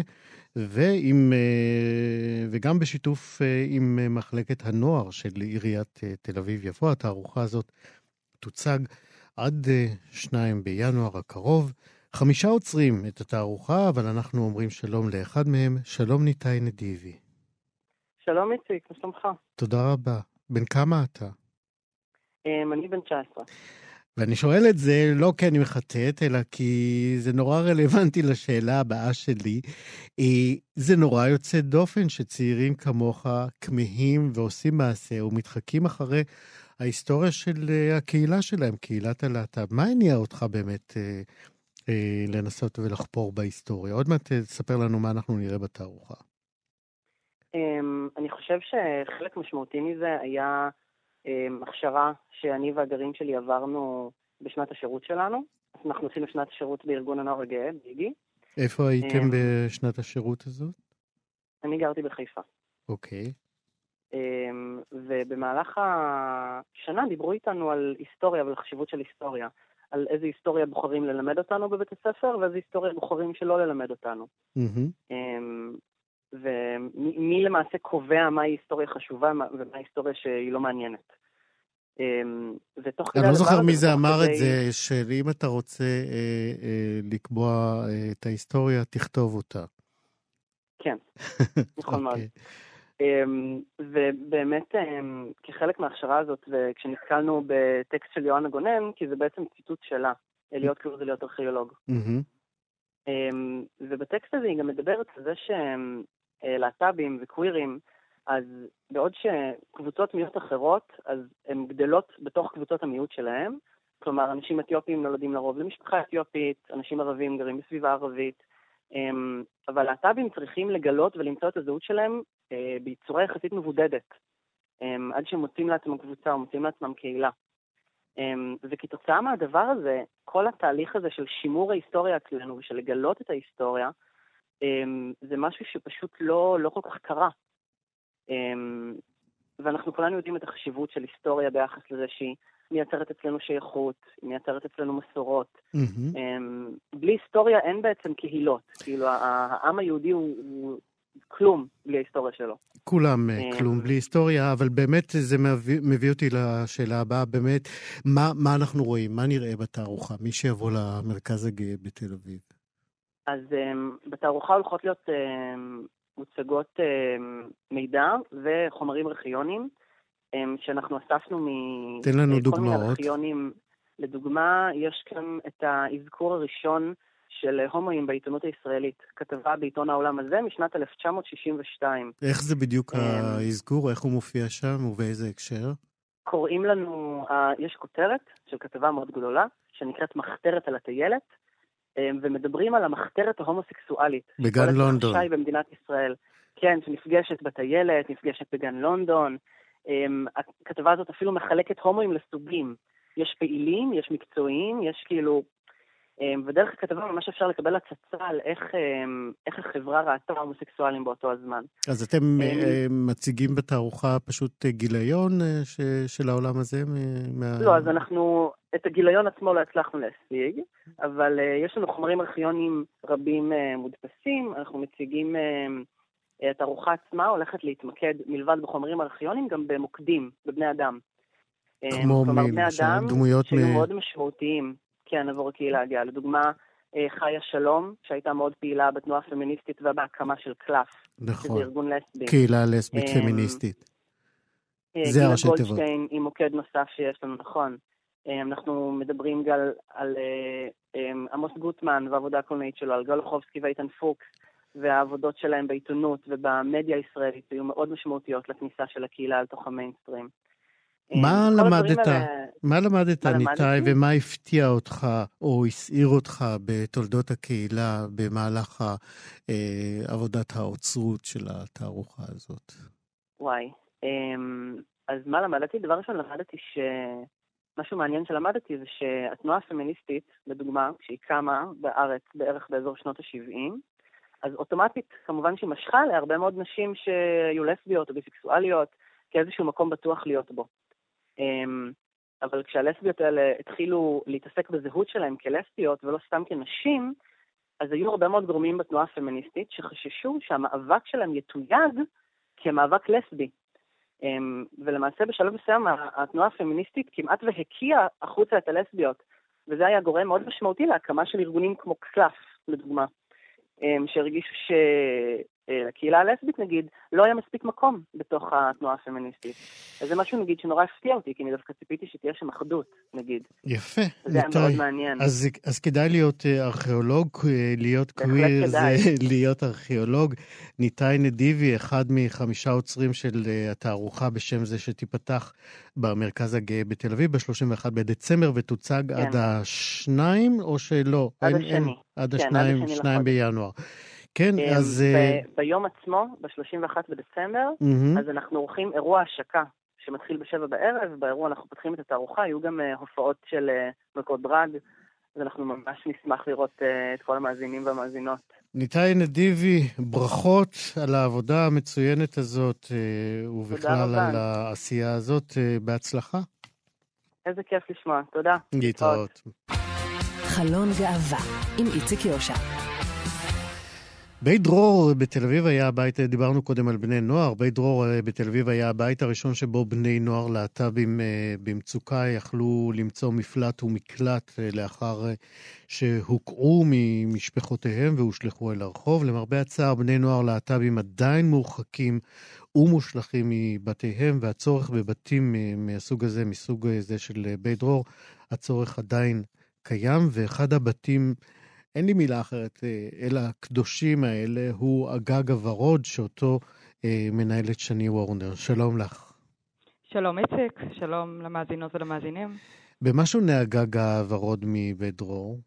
וגם בשיתוף עם מחלקת הנוער של עיריית תל אביב-יפו. התערוכה הזאת תוצג עד 2 בינואר הקרוב. 5 עוצרים את התערוכה, אבל אנחנו אומרים שלום לאחד מהם. שלום ניתאי נדיבי. שלום איציק, מה שלומך? תודה רבה. בן כמה אתה? אני בן 19. ואני שואל את זה לא כי אני מחטט, אלא כי זה נורא רלוונטי לשאלה הבאה שלי. זה נורא יוצא דופן שצעירים כמוך כמהים ועושים מעשה ומתחקים אחרי ההיסטוריה של הקהילה שלהם, קהילת הלהט"ב. מה הניע אותך באמת לנסות ולחפור בהיסטוריה? עוד מעט תספר לנו מה אנחנו נראה בתערוכה. אני חושב שחלק משמעותי מזה היה הכשרה שאני והגרעין שלי עברנו בשנת השירות שלנו. אנחנו עשינו שנת השירות בארגון הנוער הגאה, ביגי. איפה הייתם בשנת השירות הזאת? אני גרתי בחיפה. אוקיי. ובמהלך השנה דיברו איתנו על היסטוריה ועל חשיבות של היסטוריה. על איזה היסטוריה בוחרים ללמד אותנו בבית הספר, ואיזה היסטוריה בוחרים שלא ללמד אותנו. ומי למעשה קובע מהי היסטוריה חשובה ומה היסטוריה שהיא לא מעניינת. אני לא זוכר מי זה אמר את זה, שאם אתה רוצה לקבוע את ההיסטוריה, תכתוב אותה. כן, נכון מאוד. ובאמת, כחלק מההכשרה הזאת, וכשנתקלנו בטקסט של יואנה גונן, כי זה בעצם ציטוט שלה, להיות קרוב זה להיות ארכיאולוג. ובטקסט הזה היא גם מדברת על זה שלהט"בים וקווירים, אז בעוד שקבוצות מיעוט אחרות, אז הן גדלות בתוך קבוצות המיעוט שלהם, כלומר, אנשים אתיופים נולדים לרוב למשפחה אתיופית, אנשים ערבים גרים בסביבה ערבית, אבל להט"בים צריכים לגלות ולמצוא את הזהות שלהם ביצורה יחסית מבודדת, עד שהם מוצאים לעצמם קבוצה או מוצאים לעצמם קהילה. וכתוצאה מהדבר הזה, כל התהליך הזה של שימור ההיסטוריה אצלנו ושל לגלות את ההיסטוריה, זה משהו שפשוט לא כל כך קרה. ואנחנו כולנו יודעים את החשיבות של היסטוריה ביחס לזה שהיא מייצרת אצלנו שייכות, היא מייצרת אצלנו מסורות. בלי היסטוריה אין בעצם קהילות. כאילו, העם היהודי הוא כלום בלי ההיסטוריה שלו. כולם כלום בלי היסטוריה, אבל באמת זה מביא אותי לשאלה הבאה, באמת, מה אנחנו רואים? מה נראה בתערוכה? מי שיבוא למרכז הגאה בתל אביב. אז בתערוכה הולכות להיות מוצגות מידע וחומרים ארכיוניים, שאנחנו אספנו תן לנו מכל מיני דוגמאות. ארכיונים. לדוגמה, יש כאן את האזכור הראשון של הומואים בעיתונות הישראלית, כתבה בעיתון העולם הזה משנת 1962. איך זה בדיוק האזכור? איך הוא מופיע שם ובאיזה הקשר? קוראים לנו, יש כותרת של כתבה מאוד גדולה, שנקראת מחתרת על הטיילת, ומדברים על המחתרת ההומוסקסואלית. בגן לונדון. שי במדינת ישראל. כן, שנפגשת בטיילת, נפגשת בגן לונדון. הכתבה הזאת אפילו מחלקת הומואים לסוגים. יש פעילים, יש מקצועיים, יש כאילו... ודרך הכתבה ממש אפשר לקבל הצצה על איך החברה ראתה הומוסקסואלים באותו הזמן. אז אתם מציגים בתערוכה פשוט גיליון של העולם הזה? לא, אז אנחנו את הגיליון עצמו לא הצלחנו להשיג, אבל יש לנו חומרים ארכיוניים רבים מודפסים, אנחנו מציגים, התערוכה עצמה הולכת להתמקד מלבד בחומרים ארכיוניים גם במוקדים, בבני אדם. כמו דמויות שהיו מאוד משמעותיים. כן, עבור הקהילה הגאה. לדוגמה, חיה שלום, שהייתה מאוד פעילה בתנועה הפמיניסטית ובהקמה של קלף. נכון. שזה ארגון לסבי. קהילה לסבית פמיניסטית. זה הראשי תיבות. גולדשטיין היא מוקד נוסף שיש לנו, נכון. אנחנו מדברים גם על עמוס גוטמן והעבודה הקולנועית שלו, על גל אוחובסקי ואיתן פוקס, והעבודות שלהם בעיתונות ובמדיה הישראלית היו מאוד משמעותיות לכניסה של הקהילה על תוך המיינסטרים. מה למדת, ניתאי, ומה הפתיע אותך או הסעיר אותך בתולדות הקהילה במהלך עבודת האוצרות של התערוכה הזאת? וואי, אז מה למדתי? דבר ראשון למדתי משהו מעניין שלמדתי זה שהתנועה הפמיניסטית, לדוגמה, כשהיא קמה בארץ בערך באזור שנות ה-70, אז אוטומטית כמובן שהיא משכה להרבה מאוד נשים שהיו לסביות או ביסקסואליות, כאיזשהו מקום בטוח להיות בו. אבל כשהלסביות האלה התחילו להתעסק בזהות שלהם כלסביות ולא סתם כנשים, אז היו הרבה מאוד גורמים בתנועה הפמיניסטית שחששו שהמאבק שלהם יתויג כמאבק לסבי. ולמעשה בשלב מסוים התנועה הפמיניסטית כמעט והקיעה החוצה את הלסביות, וזה היה גורם מאוד משמעותי להקמה של ארגונים כמו קלף, לדוגמה, שהרגישו שלקהילה הלסבית, נגיד, לא היה מספיק מקום בתוך התנועה הפמיניסטית. אז זה משהו, נגיד, שנורא הפתיע אותי, כי אני דווקא ציפיתי שתהיה שם אחדות, נגיד. יפה. זה היה מאוד מעניין. אז כדאי להיות ארכיאולוג, להיות קוויר זה להיות ארכיאולוג. ניתאי נדיבי, אחד מ5 עוצרים של התערוכה בשם זה שתיפתח במרכז הגאה בתל אביב ב-31 בדצמבר, ותוצג עד ה-2 או שלא? עד השני. עד ה-2 בינואר. כן, אז... ביום עצמו, ב-31 בדצמבר, אז אנחנו עורכים אירוע השקה שמתחיל ב7 בערב, באירוע אנחנו פותחים את התערוכה, היו גם הופעות של מלכות דרג, אז אנחנו ממש נשמח לראות את כל המאזינים והמאזינות. ניתאי נדיבי, ברכות על העבודה המצוינת הזאת, ובכלל על העשייה הזאת. בהצלחה. איזה כיף לשמוע, תודה. להתראות. חלון גאווה עם איציק יושע. בית דרור בתל אביב היה הבית, דיברנו קודם על בני נוער, בית דרור בתל אביב היה הבית הראשון שבו בני נוער להט"בים במצוקה יכלו למצוא מפלט ומקלט לאחר שהוקעו ממשפחותיהם והושלחו אל הרחוב. למרבה הצער, בני נוער להט"בים עדיין מורחקים ומושלכים מבתיהם, והצורך בבתים מהסוג הזה, מסוג זה של בית דרור, הצורך עדיין קיים, ואחד הבתים, אין לי מילה אחרת, אלא הקדושים האלה, הוא הגג הוורוד, שאותו מנהלת שני וורנר. שלום לך. שלום איציק, שלום למאזינות ולמאזינים. במה שונה הגג הוורוד מבית דרור?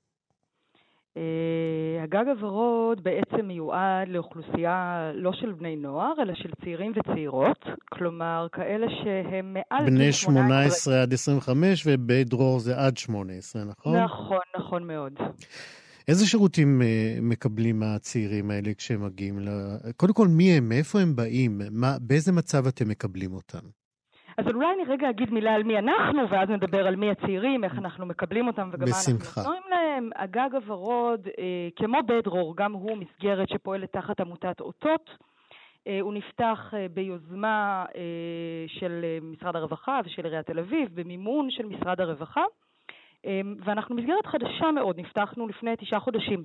הגג הוורוד בעצם מיועד לאוכלוסייה לא של בני נוער, אלא של צעירים וצעירות, כלומר כאלה שהם מעל בני 18 עד 25, ובית דרור זה עד 18, נכון? נכון, נכון מאוד. איזה שירותים מקבלים הצעירים האלה כשהם מגיעים? קודם כל, מי הם? מאיפה הם באים? באיזה מצב אתם מקבלים אותם? אז אולי אני רגע אגיד מילה על מי אנחנו, ואז נדבר על מי הצעירים, איך אנחנו מקבלים אותם, וגם מה אנחנו נותנים להם. הגג הוורוד, כמו בית דרור, גם הוא מסגרת שפועלת תחת עמותת אותות. הוא נפתח ביוזמה של משרד הרווחה ושל עיריית תל אביב, במימון של משרד הרווחה. ואנחנו מסגרת חדשה מאוד, נפתחנו לפני 9 חודשים.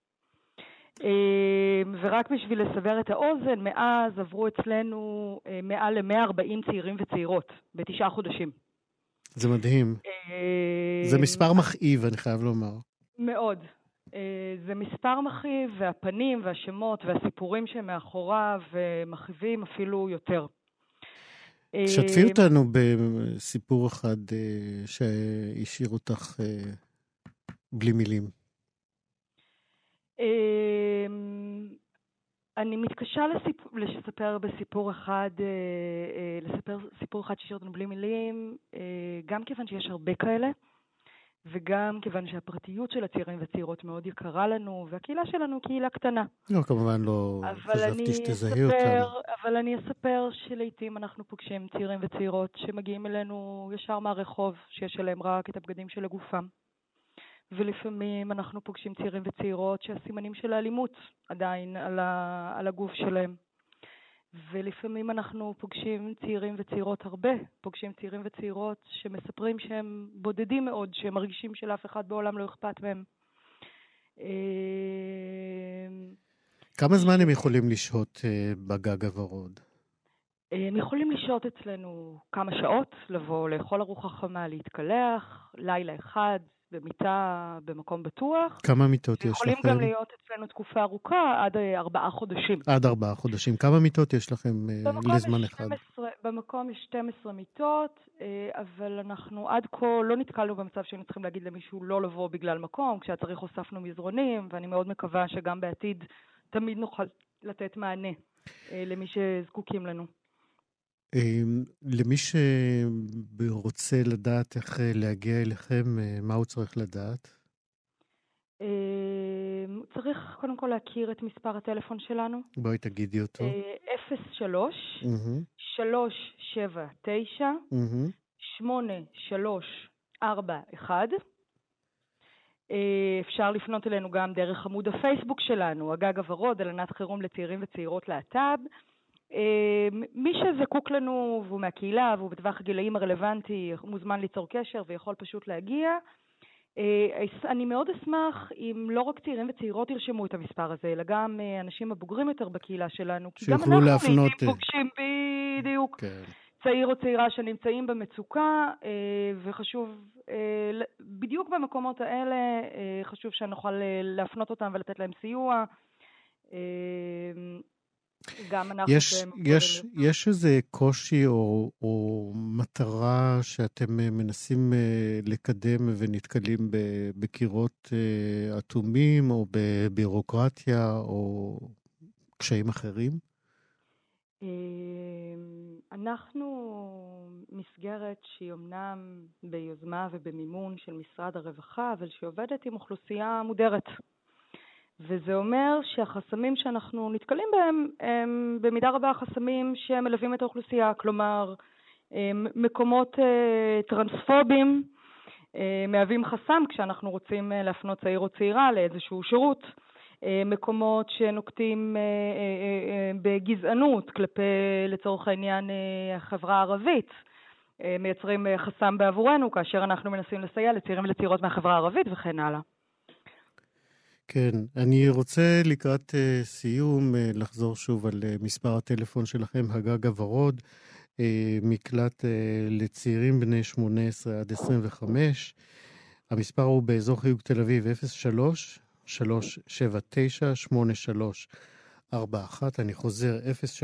ורק בשביל לסבר את האוזן, מאז עברו אצלנו מעל ל-140 צעירים וצעירות ב9 חודשים. זה מדהים. זה מספר מכאיב, אני חייב לומר. מאוד. זה מספר מכאיב, והפנים והשמות והסיפורים שמאחוריו מכאיבים אפילו יותר. שתפי אותנו בסיפור אחד שהשאיר אותך בלי מילים. אני מתקשה לספר בסיפור אחד, לספר סיפור אחד שהשאיר אותנו בלי מילים, גם כיוון שיש הרבה כאלה, וגם כיוון שהפרטיות של הצעירים וצעירות מאוד יקרה לנו, והקהילה שלנו קהילה קטנה. לא, כמובן לא חשבתי שתזהי אותנו. אבל אני אספר שלעיתים אנחנו פוגשים צעירים וצעירות שמגיעים אלינו ישר מהרחוב, שיש עליהם רק את הבגדים של הגופם. ולפעמים אנחנו פוגשים צעירים וצעירות שהסימנים של האלימות עדיין על הגוף שלהם. ולפעמים אנחנו פוגשים צעירים וצעירות הרבה, פוגשים צעירים וצעירות שמספרים שהם בודדים מאוד, שהם מרגישים שלאף אחד בעולם לא אכפת מהם. כמה זמן הם יכולים לשהות בגג הוורוד? הם יכולים לשהות אצלנו כמה שעות, לבוא לאכול ארוחה חמה, להתקלח, לילה אחד, במיטה, במקום בטוח. כמה מיטות יש לכם? יכולים גם להיות אצלנו תקופה ארוכה, עד 4 חודשים. עד 4 חודשים. כמה מיטות יש לכם לזמן אחד? במקום יש 12 מיטות, אבל אנחנו עד כה לא נתקלנו במצב שהיינו צריכים להגיד למישהו לא לבוא בגלל מקום, כשצריך הוספנו מזרונים, ואני מאוד מקווה שגם בעתיד תמיד נוכל לתת מענה למי שזקוקים לנו. למי שרוצה לדעת איך להגיע אליכם, מה הוא צריך לדעת? צריך קודם כל להכיר את מספר הטלפון שלנו. בואי תגידי אותו. 03 379 8341. אפשר לפנות אלינו גם דרך עמוד הפייסבוק שלנו, הגג הוורוד, הלנת חירום לצעירים וצעירות להט"ב. מי שזקוק לנו והוא מהקהילה והוא בטווח הגילאים הרלוונטי מוזמן ליצור קשר ויכול פשוט להגיע. אני מאוד אשמח אם לא רק צעירים וצעירות ירשמו את המספר הזה, אלא גם אנשים הבוגרים יותר בקהילה שלנו, כי גם אנחנו לעתים פוגשים בדיוק צעיר או צעירה שנמצאים במצוקה, וחשוב בדיוק במקומות האלה חשוב שנוכל להפנות אותם ולתת להם סיוע. יש איזה קושי או מטרה שאתם מנסים לקדם ונתקלים בקירות אטומים או בבירוקרטיה או קשיים אחרים? אנחנו מסגרת שהיא אמנם ביוזמה ובמימון של משרד הרווחה, אבל שעובדת עם אוכלוסייה מודרת. וזה אומר שהחסמים שאנחנו נתקלים בהם הם במידה רבה חסמים שמלווים את האוכלוסייה, כלומר מקומות טרנספובים מהווים חסם כשאנחנו רוצים להפנות צעיר או צעירה לאיזשהו שירות, מקומות שנוקטים בגזענות כלפי לצורך העניין החברה הערבית, מייצרים חסם בעבורנו כאשר אנחנו מנסים לסייע לצעירים ולצעירות מהחברה הערבית וכן הלאה. כן, אני רוצה לקראת סיום לחזור שוב על מספר הטלפון שלכם, הגג הוורוד, מקלט לצעירים בני 18 עד 25. המספר הוא באזור חיוג תל אביב 03-379-8341. אני חוזר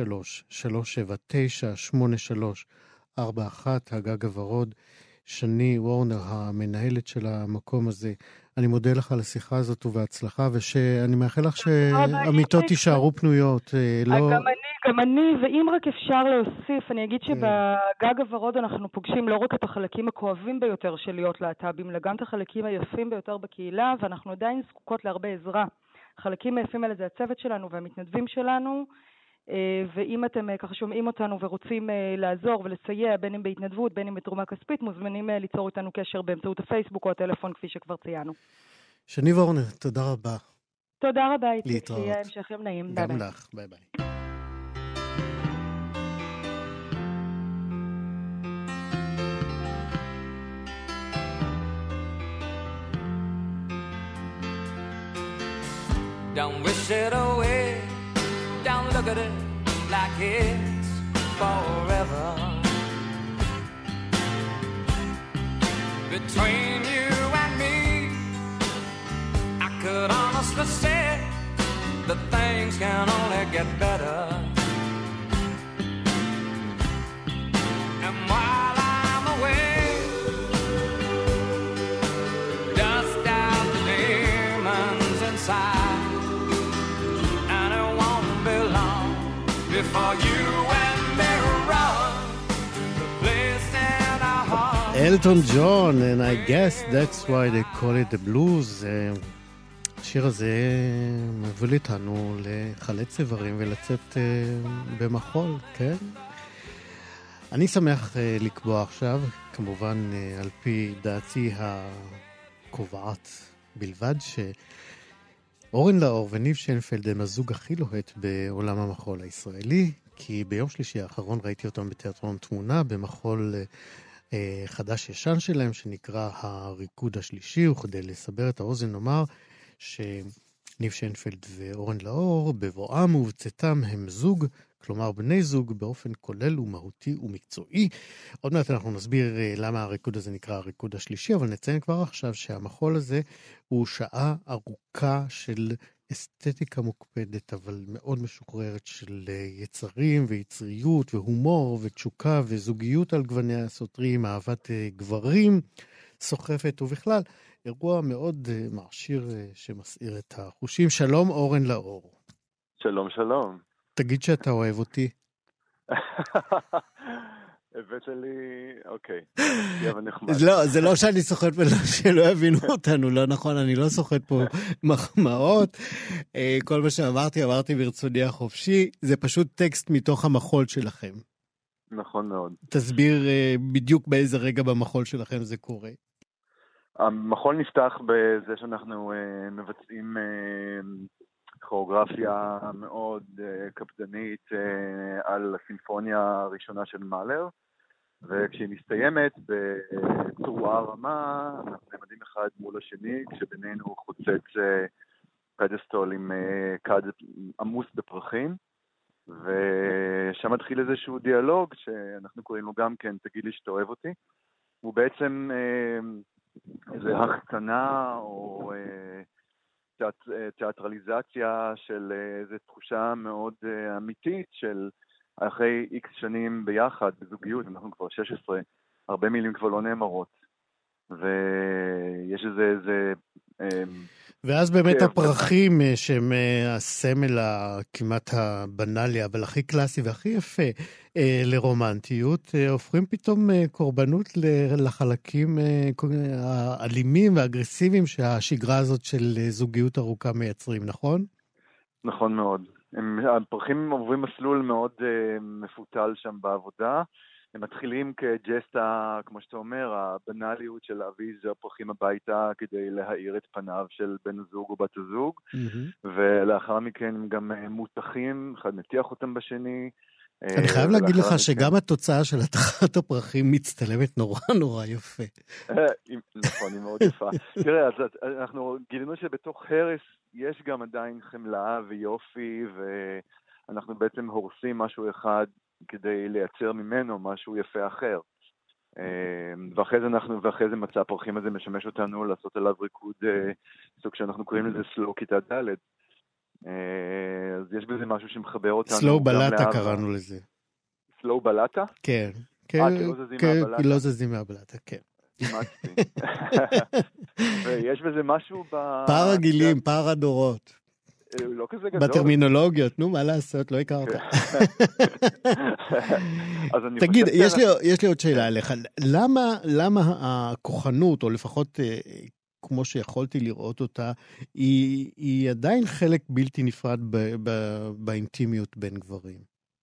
03-379-8341. הגג הוורוד. שני וורנר, המנהלת של המקום הזה, אני מודה לך על השיחה הזאת ובהצלחה, ושאני מאחל לך שהמיטות תישארו פנויות. גם אני, ואם רק אפשר להוסיף, אני אגיד שבגג הוורוד אנחנו פוגשים לא רק את החלקים הכואבים ביותר של להיות להט"בים, אלא גם את החלקים היפים ביותר בקהילה, ואנחנו עדיין זקוקות להרבה עזרה. החלקים היפים האלה זה הצוות שלנו והמתנדבים שלנו, ואם אתם ככה שומעים אותנו ורוצים לעזור ולסייע, בין אם בהתנדבות, בין אם בתרומה כספית, מוזמנים ליצור איתנו קשר באמצעות הפייסבוק או הטלפון כפי שכבר ציינו. שני וורנר, תודה רבה. תודה רבה, איציק. להתראות. שיהיה המשך יום נעים. גם לך, ביי ביי. Don't wish it away, don't look at it like it's forever. Between you and me, I could honestly say that things can only get better. And while I'm away, dust out the demons inside. Before you and me run to the place in our heart. אלטון ג'ון, and I guess that's why they call it the blues. השיר הזה מביא איתנו לחלץ איברים ולצאת במחול, כן? אני שמח לקבוע עכשיו, כמובן על פי דעתי הקובעת בלבד, אורן לאור וניב שיינפלד הם הזוג הכי לוהט בעולם המחול הישראלי, כי ביום שלישי האחרון ראיתי אותם בתיאטרון תמונה, במחול חדש ישן שלהם, שנקרא הריקוד השלישי, וכדי לסבר את האוזן נאמר שניב שיינפלד ואורן לאור בבואם ובצאתם הם זוג, כלומר בני זוג באופן כולל ומהותי ומקצועי. עוד מעט אנחנו נסביר למה הריקוד הזה נקרא הריקוד השלישי, אבל נציין כבר עכשיו שהמחול הזה הוא שעה ארוכה של אסתטיקה מוקפדת, אבל מאוד משוחררת של יצרים ויצריות והומור ותשוקה וזוגיות על גווניה הסותרים, אהבת גברים, סוחפת ובכלל. אירוע מאוד מעשיר שמסעיר את החושים. שלום אורן לאור. שלום שלום. תגיד שאתה אוהב אותי. הבאת לי, אוקיי. לא, זה לא שאני סוחט שלא יבינו אותנו, לא נכון, אני לא סוחט פה מחמאות. כל מה שאמרתי ברצוני החופשי, זה פשוט טקסט מתוך המחול שלכם. נכון מאוד. תסביר בדיוק באיזה רגע במחול שלכם זה קורה. המחול נפתח בזה שאנחנו מבצעים כוריאוגרפיה מאוד קפדנית על הסימפוניה הראשונה של מאלר, וכשהיא מסתיימת בצורה רמה, אנחנו נעמדים אחד מול השני, כשבינינו חוצץ פדסטול עם קד עמוס בפרחים, ושם מתחיל איזשהו דיאלוג שאנחנו קוראים לו גם כן תגיד לי שאתה אוהב אותי. הוא בעצם איזו החצנה או תיאטרליזציה של איזו תחושה מאוד אמיתית של אחרי איקס שנים ביחד, בזוגיות, אנחנו כבר 16, הרבה מילים כבר לא נאמרות. ויש איזה ואז באמת הפרחים שהם הסמל הכמעט הבנאלי, אבל הכי קלאסי והכי יפה לרומנטיות, הופכים פתאום קורבנות לחלקים האלימים והאגרסיביים שהשגרה הזאת של זוגיות ארוכה מייצרים, נכון? נכון מאוד. הפרחים עוברים מסלול מאוד מפותל שם בעבודה. הם מתחילים כג'סטה, כמו שאתה אומר, הבנאליות של להביא זר פרחים הביתה כדי להאיר את פניו של בן הזוג או בת הזוג, ולאחר מכן הם גם מותחים, אחד מטיח אותם בשני. אני חייב להגיד לך שגם התוצאה של התחת הפרחים מצטלמת נורא נורא יפה. נכון, היא מאוד יפה. תראה, אז אנחנו גילינו שבתוך הרס יש גם עדיין חמלה ויופי, ואנחנו בעצם הורסים משהו אחד כדי לייצר ממנו משהו יפה אחר. ואחרי זה מצא הפרחים הזה משמש אותנו לעשות עליו ריקוד, סוג שאנחנו קוראים לזה סלו כיתה ד'. אז יש בזה משהו שמחבר אותנו. סלו בלטה קראנו לזה. סלו בלטה? כן. לא זזים מהבלטה, כן. ויש בזה משהו פער הגילים, פער הדורות. לא כזה גדול. בטרמינולוגיות, נו, מה לעשות, לא הכרת. תגיד, יש לי עוד שאלה עליך. למה הכוחנות, או לפחות כמו שיכולתי לראות אותה, היא עדיין חלק בלתי נפרד באינטימיות בין גברים?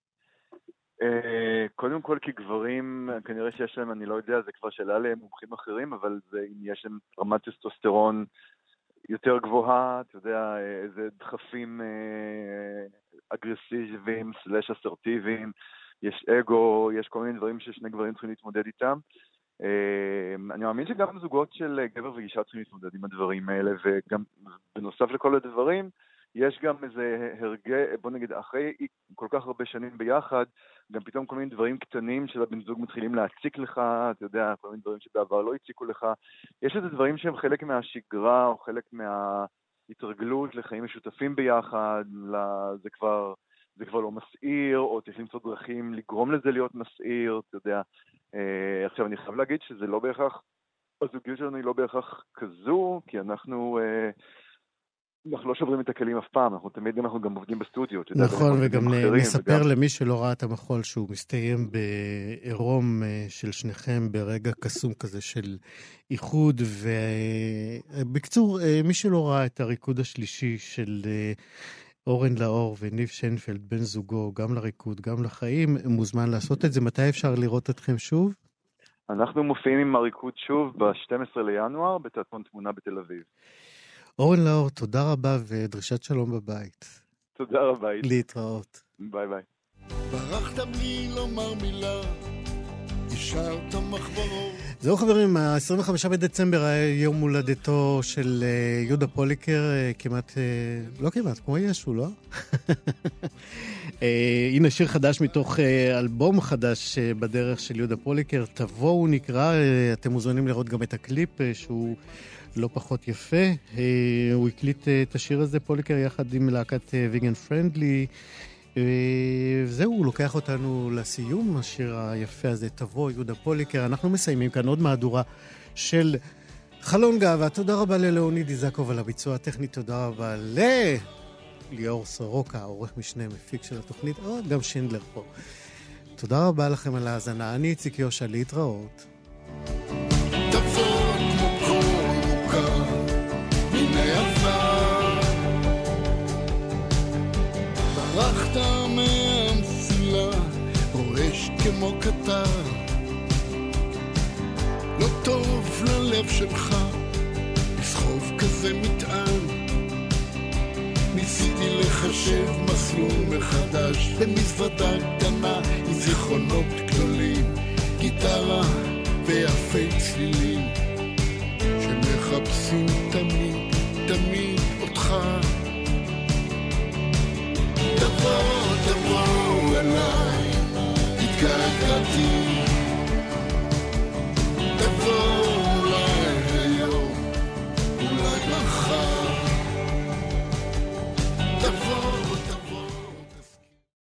קודם כל, כי גברים, כנראה שיש להם, אני לא יודע, זה כבר שאלה למומחים אחרים, אבל אם יש להם רמת טסטוסטרון יותר גבוהה, אתה יודע, איזה דחפים אגרסיביים, סלש אסרטיביים, יש אגו, יש כל מיני דברים ששני גברים צריכים להתמודד איתם. אני מאמין שגם זוגות של גבר וגישה צריכים להתמודד עם הדברים האלה, וגם בנוסף לכל הדברים, יש גם איזה הרגע, בוא נגיד, אחרי כל כך הרבה שנים ביחד, גם פתאום כל מיני דברים קטנים של הבן זוג מתחילים להציק לך, אתה יודע, כל מיני דברים שבעבר לא הציקו לך. יש איזה דברים שהם חלק מהשגרה, או חלק מההתרגלות לחיים משותפים ביחד, זה כבר לא מסעיר, או צריך למצוא דרכים לגרום לזה להיות מסעיר, אתה יודע. עכשיו, אני חייב להגיד שזה לא בהכרח, הזוגיות שלנו היא לא בהכרח כזו, כי אנחנו לא שוברים את הכלים אף פעם, אנחנו גם עובדים בסטודיו. נכון, וגם נספר למי שלא ראה את המחול שהוא מסתיים בעירום של שניכם ברגע קסום כזה של איחוד, ובקצור, מי שלא ראה את הריקוד השלישי של אורן לאור וניב שנפלד, בן זוגו, גם לריקוד, גם לחיים, מוזמן לעשות את זה. מתי אפשר לראות אתכם שוב? אנחנו מופיעים עם הריקוד שוב ב-12 לינואר, בתיאטרון תמונה בתל אביב. אורן לאור, תודה רבה ודרישת שלום בבית. תודה רבה. להתראות. ביי ביי. ברחת בלי לומר מילה, השארת מחברות. זהו חברים, ה-25 בדצמבר היה יום הולדתו של יהודה פוליקר, כמעט, לא כמעט, כמו ישו, לא? הנה שיר חדש מתוך אלבום חדש בדרך של יהודה פוליקר, תבואו נקרא, אתם מוזמנים לראות גם את הקליפ שהוא לא פחות יפה. הוא הקליט את השיר הזה, פוליקר, יחד עם להקת ויגן פרנדלי, וזהו, הוא לוקח אותנו לסיום, השיר היפה הזה, תבוא, יהודה פוליקר. אנחנו מסיימים כאן עוד מהדורה של חלון גאווה. תודה רבה ללאוניד איזקוב על הביצוע הטכני, תודה רבה ליאור סורוקה, עורך משנה מפיק של התוכנית, גם שינדלר פה. תודה רבה לכם על ההאזנה, אני איציק יושע, להתראות. תבוא כמו קור מוכר מן העבר, ברחת מהמסילה, רועש כמו קטר, לא טוב ללב שלך לסחוב כזה מטען, ניסיתי לחשב מסלול מחדש במזוודה קטנה עם זיכרונות גדולים, גיטרה ויפי צלילים שמחפשים תמיד אותך.